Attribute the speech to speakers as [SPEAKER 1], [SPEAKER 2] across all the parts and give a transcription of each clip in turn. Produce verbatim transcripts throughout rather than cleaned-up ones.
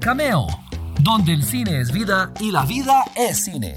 [SPEAKER 1] Cameo, donde el cine es vida y la vida es cine.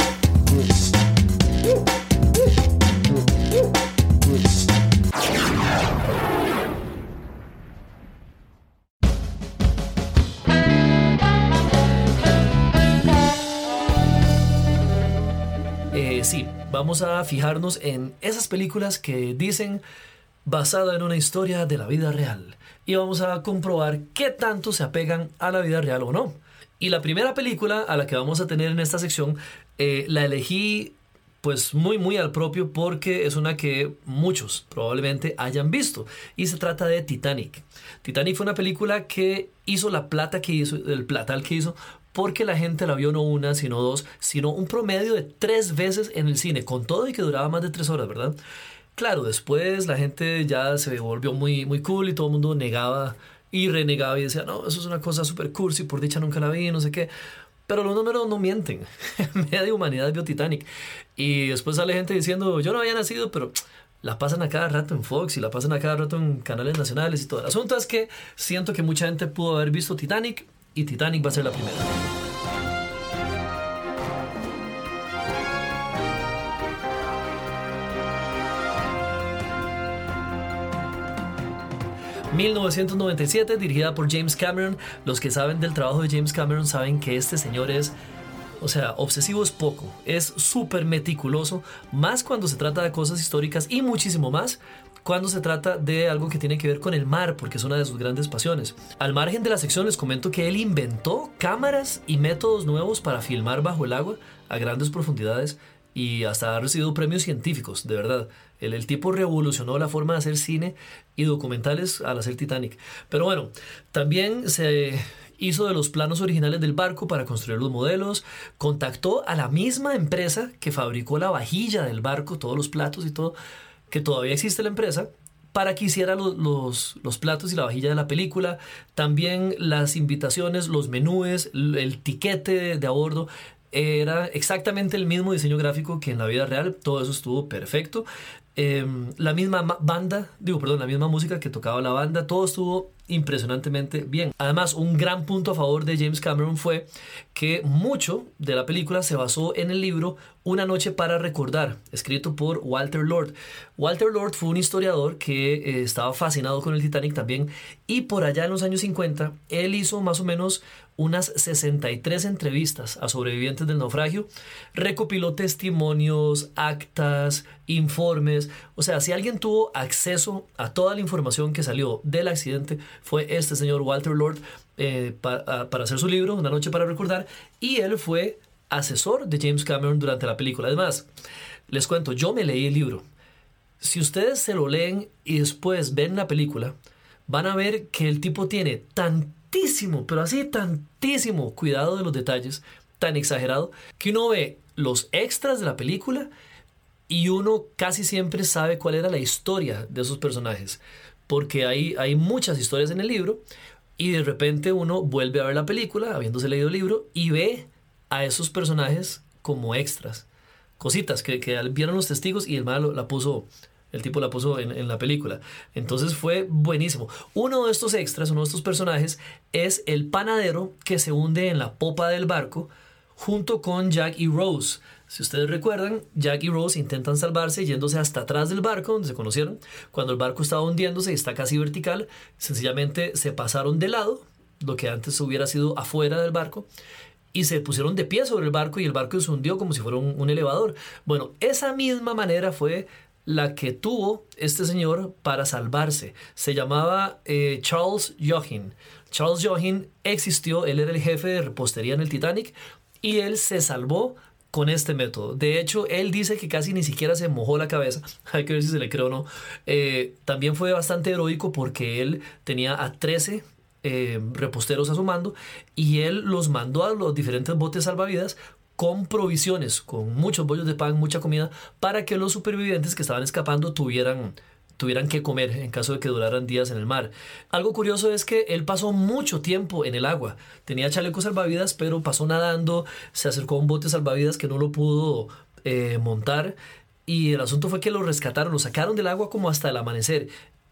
[SPEAKER 1] Eh, sí, vamos a fijarnos en esas películas que dicen basada en una historia de la vida real. Y vamos a comprobar qué tanto se apegan a la vida real o no. Y la primera película a la que vamos a tener en esta sección, eh, la elegí pues muy muy al propio porque es una que muchos probablemente hayan visto. Y se trata de Titanic. Titanic fue una película que hizo la plata que hizo, el platal que hizo, porque la gente la vio no una, sino dos, sino un promedio de tres veces en el cine, con todo y que duraba más de tres horas, ¿verdad? Claro, después la gente ya se volvió muy, muy cool y todo el mundo negaba y renegaba y decía, no, eso es una cosa súper cursi, por dicha nunca la vi, no sé qué. Pero los números no mienten. Media humanidad vio Titanic. Y después sale gente diciendo, yo no había nacido, pero la pasan a cada rato en Fox y la pasan a cada rato en canales nacionales y todo. El asunto es que siento que mucha gente pudo haber visto Titanic y Titanic va a ser la primera. mil novecientos noventa y siete, dirigida por James Cameron. Los que saben del trabajo de James Cameron saben que este señor es, o sea, obsesivo es poco, es súper meticuloso, más cuando se trata de cosas históricas y muchísimo más cuando se trata de algo que tiene que ver con el mar, porque es una de sus grandes pasiones. Al margen de la sección les comento que él inventó cámaras y métodos nuevos para filmar bajo el agua a grandes profundidades y hasta ha recibido premios científicos, de verdad. El, el tipo revolucionó la forma de hacer cine y documentales al hacer Titanic. Pero bueno, también se hizo de los planos originales del barco para construir los modelos, contactó a la misma empresa que fabricó la vajilla del barco, todos los platos y todo, que todavía existe la empresa, para que hiciera los, los, los platos y la vajilla de la película. También las invitaciones, los menúes, el tiquete de, de a bordo, era exactamente el mismo diseño gráfico que en la vida real. Todo eso estuvo perfecto. Eh, la misma banda, digo, perdón, la misma música que tocaba la banda, todo estuvo impresionantemente bien. Además, un gran punto a favor de James Cameron fue que mucho de la película se basó en el libro Una noche para recordar, escrito por Walter Lord. Walter Lord fue un historiador que eh, estaba fascinado con el Titanic también, y por allá en los años cincuenta él hizo más o menos unas sesenta y tres entrevistas a sobrevivientes del naufragio, recopiló testimonios, actas, informes. O sea, si alguien tuvo acceso a toda la información que salió del accidente, fue este señor Walter Lord, eh, pa, para hacer su libro Una noche para recordar, y él fue asesor de James Cameron durante la película. Además, les cuento, yo me leí el libro. Si ustedes se lo leen y después ven la película, van a ver que el tipo tiene tantísimo, pero así tantísimo cuidado de los detalles, tan exagerado, que uno ve los extras de la película y uno casi siempre sabe cuál era la historia de esos personajes, porque hay, hay muchas historias en el libro y de repente uno vuelve a ver la película habiéndose leído el libro y ve a esos personajes como extras, cositas que, que vieron los testigos y el malo la puso, el tipo la puso en, en la película. Entonces fue buenísimo. Uno de estos extras, uno de estos personajes es el panadero que se hunde en la popa del barco junto con Jack y Rose. Si ustedes recuerdan, Jack y Rose intentan salvarse yéndose hasta atrás del barco donde se conocieron. Cuando el barco estaba hundiéndose y está casi vertical, sencillamente se pasaron de lado, lo que antes hubiera sido afuera del barco, y se pusieron de pie sobre el barco y el barco se hundió como si fuera un, un elevador. Bueno, esa misma manera fue la que tuvo este señor para salvarse. Se llamaba eh, Charles Joughin. Charles Joughin existió, él era el jefe de repostería en el Titanic y él se salvó con este método. De hecho, él dice que casi ni siquiera se mojó la cabeza. Hay que ver si se le cree o no. Eh, también fue bastante heroico porque él tenía a trece eh, reposteros a su mando y él los mandó a los diferentes botes salvavidas con provisiones, con muchos bollos de pan, mucha comida, para que los supervivientes que estaban escapando tuvieran, tuvieran que comer en caso de que duraran días en el mar. Algo curioso es que él pasó mucho tiempo en el agua. Tenía chalecos salvavidas, pero pasó nadando, se acercó a un bote salvavidas que no lo pudo eh, montar, y el asunto fue que lo rescataron, lo sacaron del agua como hasta el amanecer.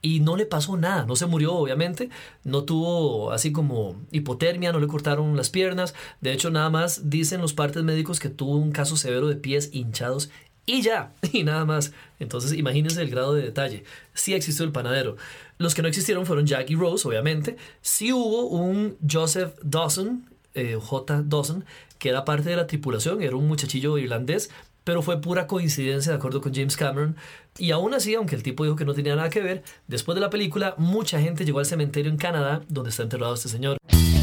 [SPEAKER 1] y no le pasó nada, no se murió obviamente, no tuvo así como hipotermia, no le cortaron las piernas, de hecho nada más dicen los partes médicos que tuvo un caso severo de pies hinchados y ya, y nada más. Entonces imagínense el grado de detalle. Sí existió el panadero. Los que no existieron fueron Jack y Rose, obviamente. Sí hubo un Joseph Dawson, eh, J. Dawson, que era parte de la tripulación, era un muchachillo irlandés, pero fue pura coincidencia de acuerdo con James Cameron. Y aún así, aunque el tipo dijo que no tenía nada que ver, después de la película mucha gente llegó al cementerio en Canadá donde está enterrado este señor.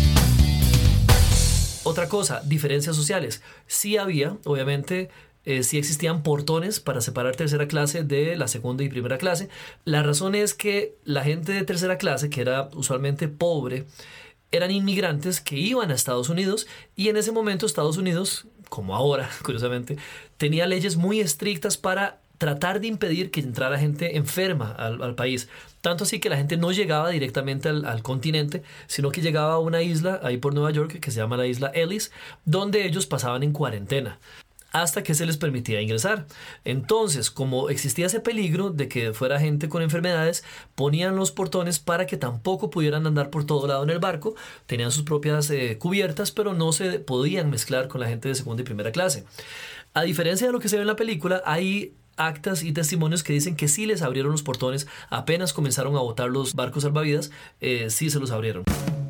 [SPEAKER 1] Otra cosa, diferencias sociales. Sí había, obviamente, eh, sí existían portones para separar tercera clase de la segunda y primera clase. La razón es que la gente de tercera clase, que era usualmente pobre, eran inmigrantes que iban a Estados Unidos, y en ese momento Estados Unidos, como ahora, curiosamente, tenía leyes muy estrictas para tratar de impedir que entrara gente enferma al, al país. Tanto así que la gente no llegaba directamente al, al continente, sino que llegaba a una isla ahí por Nueva York que se llama la isla Ellis, donde ellos pasaban en cuarentena hasta que se les permitía ingresar. Entonces, como existía ese peligro de que fuera gente con enfermedades, ponían los portones para que tampoco pudieran andar por todo lado en el barco. Tenían sus propias eh, cubiertas, pero no se podían mezclar con la gente de segunda y primera clase. A diferencia de lo que se ve en la película, hay actas y testimonios que dicen que sí les abrieron los portones apenas comenzaron a botar los barcos salvavidas, eh, sí se los abrieron.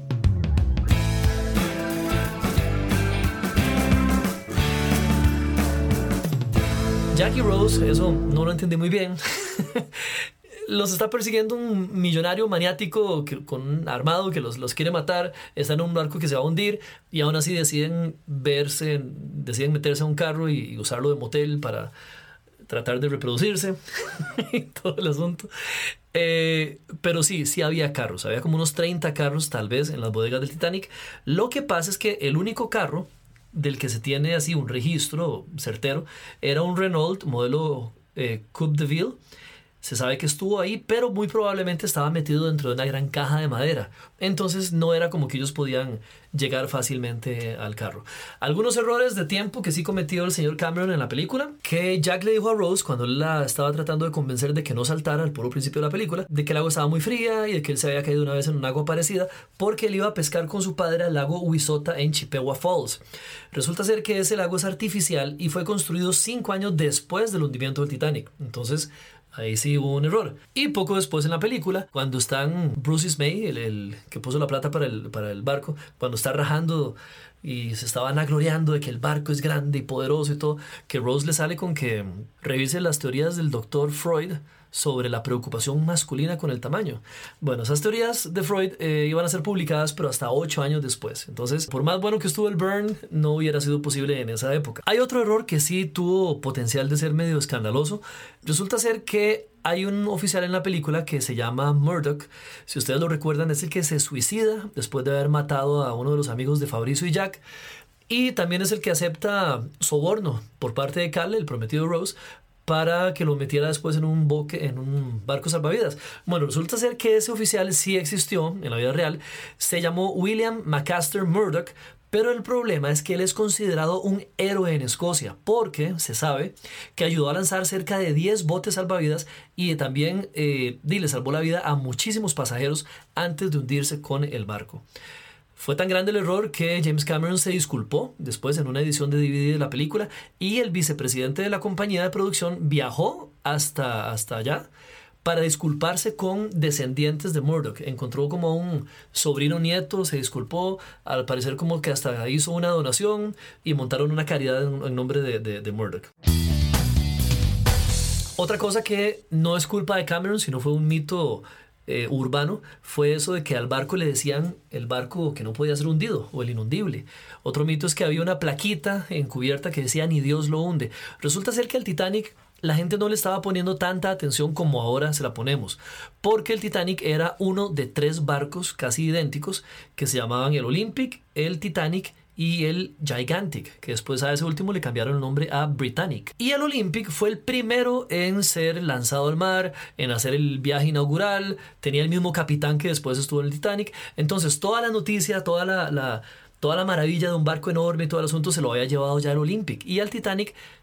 [SPEAKER 1] Jack y Rose, eso no lo entendí muy bien. Los está persiguiendo un millonario maniático que, con un armado que los, los quiere matar. Están en un barco que se va a hundir y aún así deciden verse, deciden meterse a un carro y, y usarlo de motel para tratar de reproducirse y todo el asunto. Eh, pero sí, sí había carros. Había como unos treinta carros tal vez en las bodegas del Titanic. Lo que pasa es que el único carro del que se tiene así un registro certero era un Renault modelo eh, Coupe de Ville. Se sabe que estuvo ahí, pero muy probablemente estaba metido dentro de una gran caja de madera. Entonces no era como que ellos podían llegar fácilmente al carro. Algunos errores de tiempo que sí cometió el señor Cameron en la película, que Jack le dijo a Rose cuando él la estaba tratando de convencer de que no saltara al puro principio de la película, de que el agua estaba muy fría y de que él se había caído una vez en un agua parecida porque él iba a pescar con su padre al lago Wissota en Chippewa Falls. Resulta ser que ese lago es artificial y fue construido cinco años después del hundimiento del Titanic. Entonces ahí sí hubo un error. Y poco después en la película, cuando están Bruce Ismay, el, el que puso la plata para el, para el barco, cuando está rajando y se estaban vanagloriando de que el barco es grande y poderoso y todo, que Rose le sale con que revise las teorías del doctor Freud sobre la preocupación masculina con el tamaño. Bueno, esas teorías de Freud eh, iban a ser publicadas, pero hasta ocho años después. Entonces, por más bueno que estuvo el burn, no hubiera sido posible en esa época. Hay otro error que sí tuvo potencial de ser medio escandaloso. Resulta ser que hay un oficial en la película que se llama Murdoch. Si ustedes lo recuerdan, es el que se suicida después de haber matado a uno de los amigos de Fabrizio y Jack. Y también es el que acepta soborno por parte de Cal, el prometido Rose, para que lo metiera después en un boque, en un barco salvavidas. Bueno, resulta ser que ese oficial sí existió en la vida real. Se llamó William McAster Murdoch, pero el problema es que él es considerado un héroe en Escocia, porque se sabe que ayudó a lanzar cerca de diez botes salvavidas y también eh, le salvó la vida a muchísimos pasajeros antes de hundirse con el barco. Fue tan grande el error que James Cameron se disculpó después en una edición de D V D de la película, y el vicepresidente de la compañía de producción viajó hasta, hasta allá para disculparse con descendientes de Murdoch. Encontró como un sobrino nieto, se disculpó, al parecer como que hasta hizo una donación y montaron una caridad en, en nombre de, de, de Murdoch. Otra cosa que no es culpa de Cameron, sino fue un mito Eh, urbano, fue eso de que al barco le decían el barco que no podía ser hundido o el inundible. Otro mito es que había una plaquita encubierta que decía ni Dios lo hunde. Resulta ser que al Titanic la gente no le estaba poniendo tanta atención como ahora se la ponemos, porque el Titanic era uno de tres barcos casi idénticos que se llamaban el Olympic, el Titanic y el Gigantic, que después a ese último le cambiaron el nombre a Britannic. Y el Olympic fue el primero en ser lanzado al mar, en hacer el viaje inaugural, tenía el mismo capitán que después estuvo en el Titanic. Entonces toda la noticia, toda la, la, toda la maravilla de un barco enorme y todo el asunto se lo había llevado ya el Olympic, y al Titanic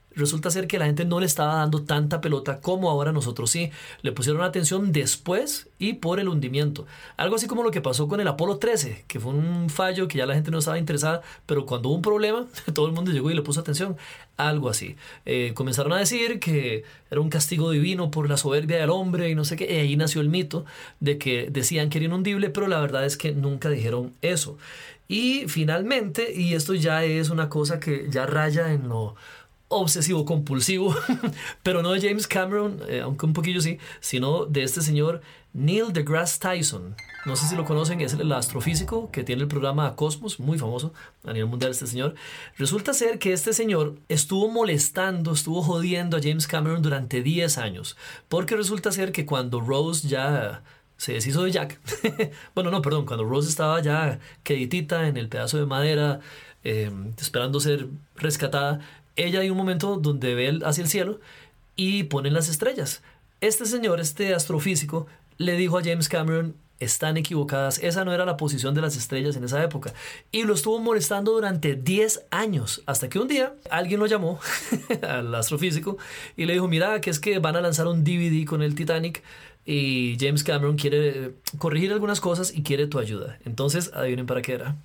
[SPEAKER 1] resulta ser que la gente no le estaba dando tanta pelota como ahora nosotros sí. Le pusieron atención después y por el hundimiento. Algo así como lo que pasó con el Apolo trece, que fue un fallo que ya la gente no estaba interesada, pero cuando hubo un problema, todo el mundo llegó y le puso atención. Algo así. Eh, comenzaron a decir que era un castigo divino por la soberbia del hombre y no sé qué. Y ahí nació el mito de que decían que era inundible, pero la verdad es que nunca dijeron eso. Y finalmente, y esto ya es una cosa que ya raya en lo obsesivo compulsivo, pero no de James Cameron, eh, aunque un poquillo sí, sino de este señor Neil deGrasse Tyson. No sé si lo conocen, es el astrofísico que tiene el programa Cosmos, muy famoso a nivel mundial este señor. Resulta ser que este señor estuvo molestando, estuvo jodiendo a James Cameron durante diez años, porque resulta ser que cuando Rose ya se deshizo de Jack, bueno, no, perdón, cuando Rose estaba ya queditita en el pedazo de madera, eh, esperando ser rescatada, ella hay un momento donde ve hacia el cielo y ponen las estrellas. Este señor, este astrofísico, le dijo a James Cameron: están equivocadas, esa no era la posición de las estrellas en esa época. Y lo estuvo molestando durante diez años, hasta que un día alguien lo llamó al astrofísico y le dijo: mira, que es que van a lanzar un D V D con el Titanic y James Cameron quiere corregir algunas cosas y quiere tu ayuda. Entonces, adivinen para qué era.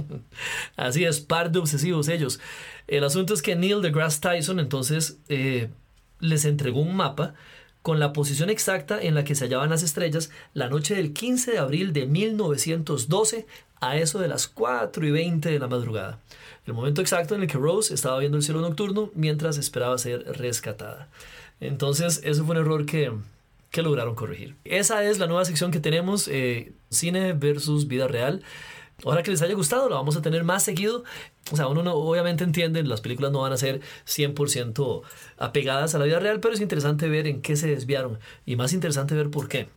[SPEAKER 1] Así es, par de obsesivos ellos. El asunto es que Neil deGrasse Tyson entonces eh, les entregó un mapa con la posición exacta en la que se hallaban las estrellas la noche del quince de abril de mil novecientos doce a eso de las cuatro y veinte de la madrugada. El momento exacto en el que Rose estaba viendo el cielo nocturno mientras esperaba ser rescatada. Entonces, eso fue un error que... que lograron corregir. Esa es la nueva sección que tenemos, eh, cine versus vida real. Ojalá que les haya gustado, la vamos a tener más seguido. O sea, uno no, obviamente entiende, las películas no van a ser cien por ciento apegadas a la vida real, pero es interesante ver en qué se desviaron y más interesante ver por qué.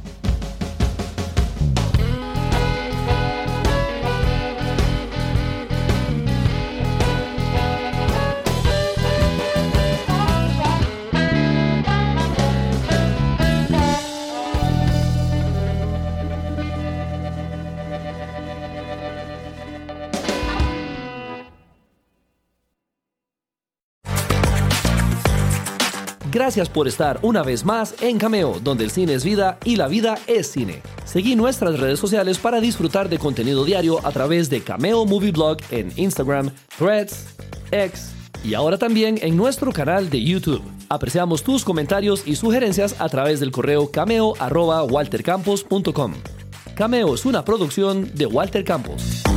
[SPEAKER 2] Gracias por estar una vez más en Cameo, donde el cine es vida y la vida es cine. Seguí nuestras redes sociales para disfrutar de contenido diario a través de Cameo Movie Blog en Instagram, Threads, X y ahora también en nuestro canal de YouTube. Apreciamos tus comentarios y sugerencias a través del correo cameo arroba walter campos punto com. Cameo es una producción de Walter Campos.